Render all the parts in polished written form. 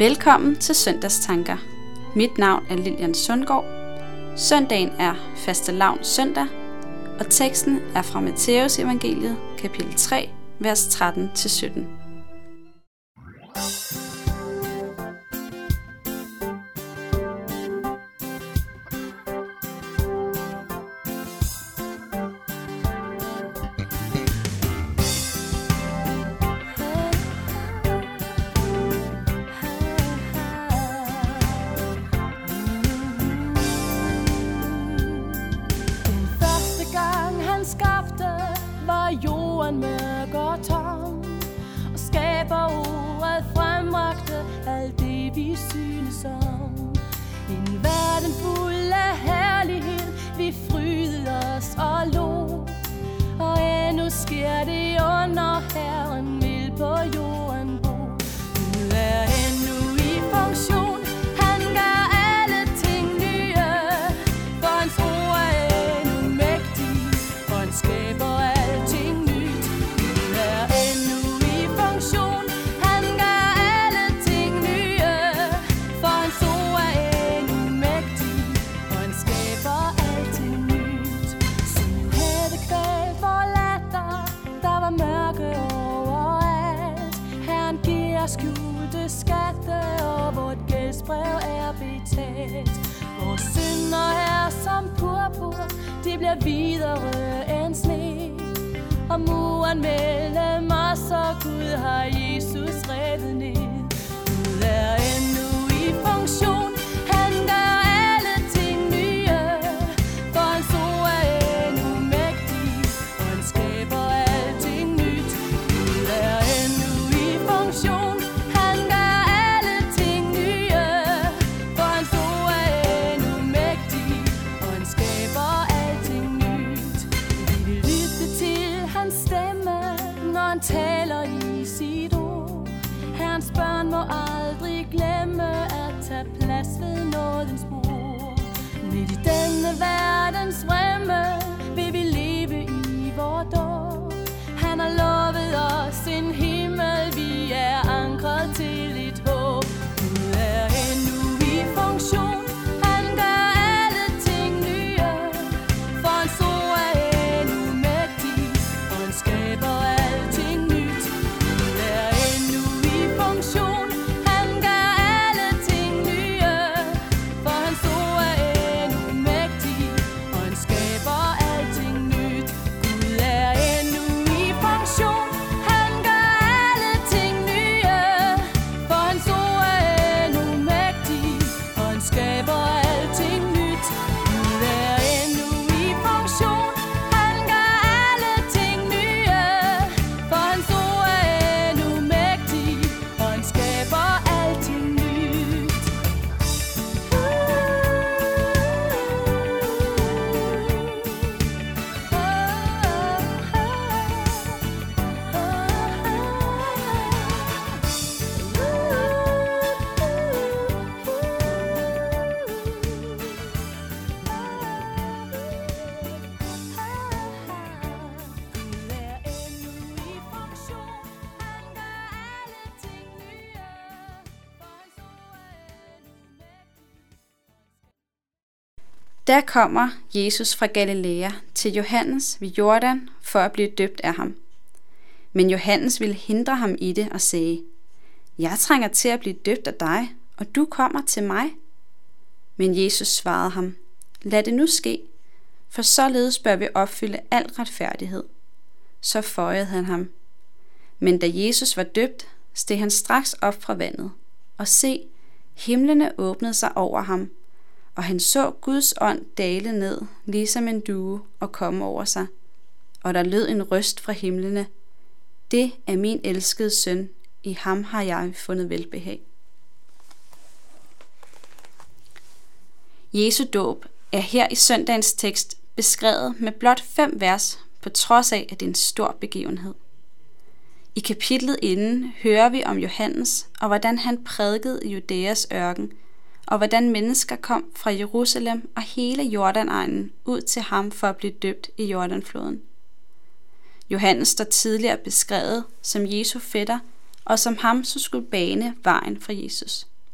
Velkommen til Søndagstanker. Mit navn er Lilian Sundgaard. Søndagen er fastelavns søndag, og teksten er fra Matthæus evangeliet, kapitel 3, vers 13-17. Var jorden mørk og tom, og skaber ordet frembragte alt det vi synes om. En verden fuld af herlighed, vi frydede os og lo, og endnu sker det under Herren vil på jorden bo. Gud er endnu i funktion, han gør alle ting nye, for hans ord er endnu mægtig, for han skaber alting nyt. Gud er endnu i funktion, han gør alle ting nye, for hans ord er endnu mægtig, for han skaber alting nyt. Så nu havde kvæl for latter, der var mørke overalt. Herren giver skjulte skatte, og vort gældsbrev er betalt. Vores synder er som purpur, de bliver videre end sne, og muren mellem os og Gud har Jesus revet ned. Gud er endnu i funktion, han gør alle ting nye, for hans ord er endnu mægtig, og han skaber alting nyt. Gud er endnu i funktion, han gør alle ting nye, for hans ord er endnu mægtig, og han skaber alting nyt. Vi vil lytte til hans stemme, når han taler i sit ord. Herrens børn må aldrig glemme at tage plads ved nådens bord. Midt i denne verdens vremme vil vi leve i vort år. Han har lovet os en himmel, vi er ankret til et håb. Gud er endnu i funktion, han gør alle ting nye, for hans ord er endnu mægtig, og han skaber alting nyt. Gud er endnu i funktion, han gør alle ting nye, for hans ord er endnu mægtig, og han skaber alting nyt. Gud er endnu i funktion, han gør alle ting nye, for hans ord er endnu mægtig, og han skaber alting nyt. Gud er endnu i funktion, han gør alle ting nye, for hans ord er endnu mægtig, og han skaber alting nyt. Der kommer Jesus fra Galilea til Johannes ved Jordan for at blive døbt af ham. Men Johannes ville hindre ham i det og sagde: Jeg trænger til at blive døbt af dig, og du kommer til mig. Men Jesus svarede ham: Lad det nu ske, for således bør vi opfylde al retfærdighed. Så føjede han ham. Men da Jesus var døbt, steg han straks op fra vandet, og se, himlene åbnede sig over ham, og han så Guds ånd dale ned, ligesom en due, og komme over sig. Og der lød en røst fra himlene: Det er min elskede søn, i ham har jeg fundet velbehag. Jesu dåb er her i søndagens tekst beskrevet med blot 5 vers, på trods af, at det er en stor begivenhed. I kapitlet inden hører vi om Johannes, og hvordan han prædikede i Judæas ørken, og hvordan mennesker kom fra Jerusalem og hele Jordanegnen ud til ham for at blive døbt i Jordanfloden. Johannes står tidligere beskrevet som Jesu fætter, og som ham så skulle bane vejen for Jesus.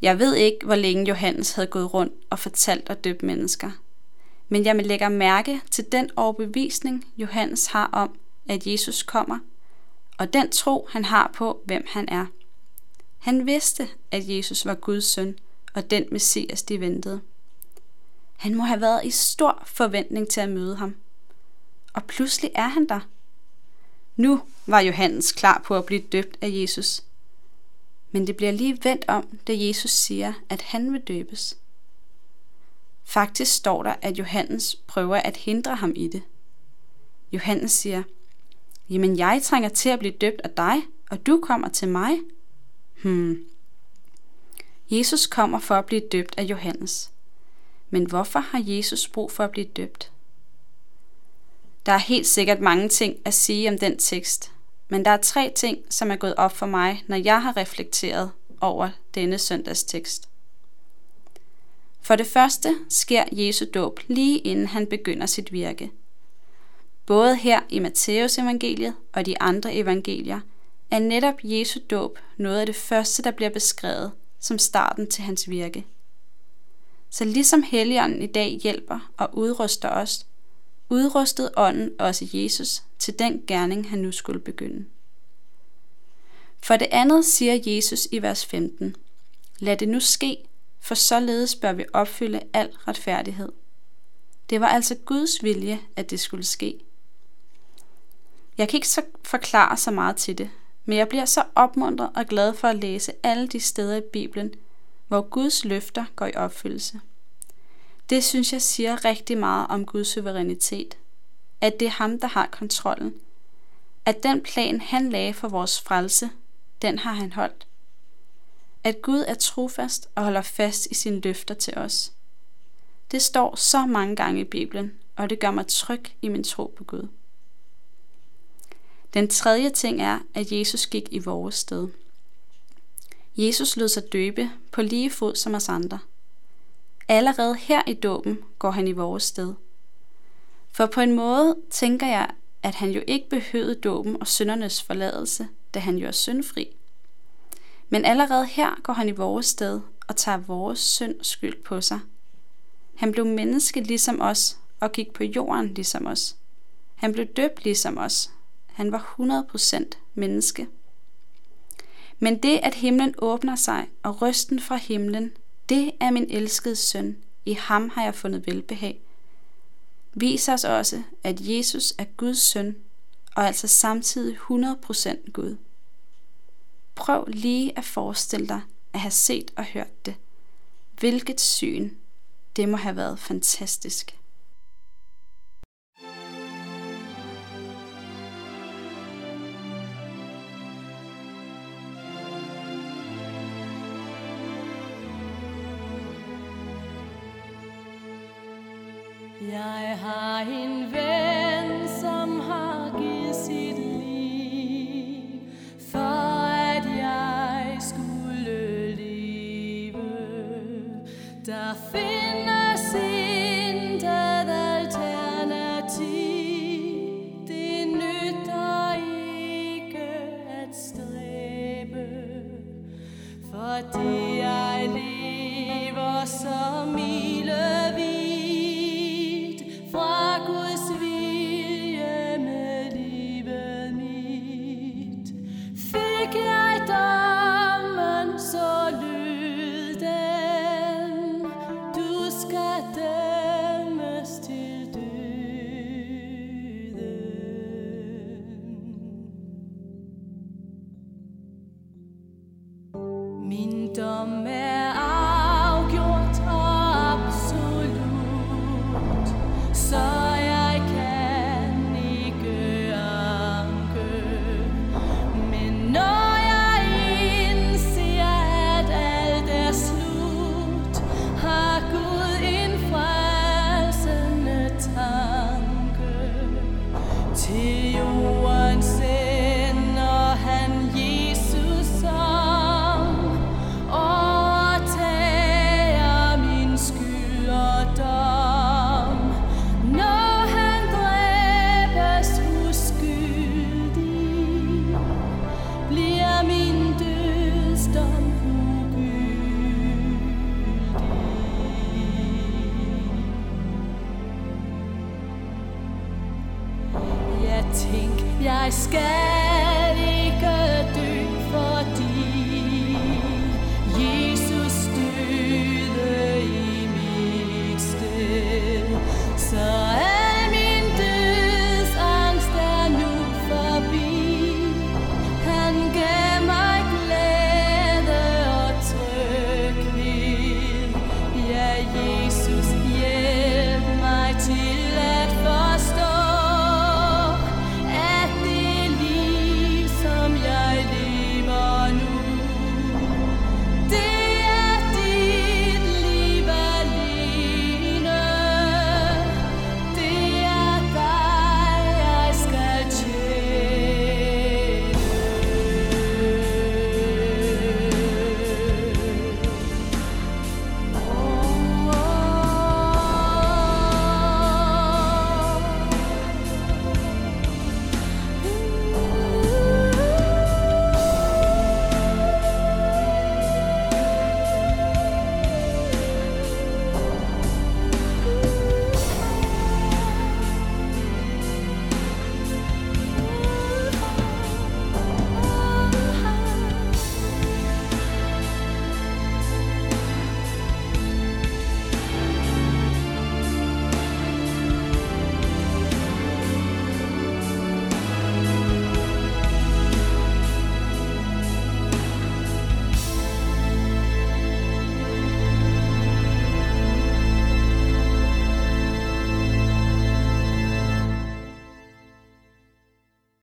Jeg ved ikke, hvor længe Johannes havde gået rundt og fortalt og døbt mennesker. Men jeg lægger mærke til den overbevisning, Johannes har om, at Jesus kommer, og den tro, han har på, hvem han er. Han vidste, at Jesus var Guds søn, og den Messias, de ventede. Han må have været i stor forventning til at møde ham. Og pludselig er han der. Nu var Johannes klar på at blive døbt af Jesus. Men det bliver lige vendt om, da Jesus siger, at han vil døbes. Faktisk står der, at Johannes prøver at hindre ham i det. Johannes siger, jamen jeg trænger til at blive døbt af dig, og du kommer til mig. Jesus kommer for at blive døbt af Johannes. Men hvorfor har Jesus brug for at blive døbt? Der er helt sikkert mange ting at sige om den tekst, men der er 3 ting, som er gået op for mig, når jeg har reflekteret over denne søndagstekst. For det første sker Jesu dåb lige inden han begynder sit virke. Både her i Matteus evangeliet og de andre evangelier er netop Jesu dåb noget af det første, der bliver beskrevet som starten til hans virke. Så ligesom Helligånden i dag hjælper og udruster os, udrustede Ånden også Jesus til den gerning, han nu skulle begynde. For det andet siger Jesus i vers 15, lad det nu ske, for således bør vi opfylde al retfærdighed. Det var altså Guds vilje, at det skulle ske. Jeg kan ikke så forklare så meget til det, men jeg bliver så opmuntret og glad for at læse alle de steder i Bibelen, hvor Guds løfter går i opfyldelse. Det synes jeg siger rigtig meget om Guds suverænitet, at det er ham, der har kontrollen, at den plan, han lagde for vores frelse, den har han holdt. At Gud er trofast og holder fast i sine løfter til os. Det står så mange gange i Bibelen, og det gør mig tryg i min tro på Gud. Den tredje ting er, at Jesus gik i vores sted. Jesus lod sig døbe på lige fod som os andre. Allerede her i dåben går han i vores sted. For på en måde tænker jeg, at han jo ikke behøvede dåben og syndernes forladelse, da han jo er syndfri. Men allerede her går han i vores sted og tager vores synd og skyld på sig. Han blev menneske ligesom os og gik på jorden ligesom os. Han blev døbt ligesom os. Han var 100% menneske. Men det, at himlen åbner sig og røsten fra himlen, det er min elskede søn. I ham har jeg fundet velbehag. Viser os også, at Jesus er Guds søn, og altså samtidig 100% Gud. Prøv lige at forestille dig at have set og hørt det. Hvilket syn. Det må have været fantastisk. Jeg har en ven, som har givet sit liv, for at jeg skulle leve. Der findes intet alternativ, det nytter ikke at stræbe, fordi jeg lever så milevidt fra Guds vilje med livet mit. Fik jeg dommen, så lød den, du skal dømmes til døden. Min dom er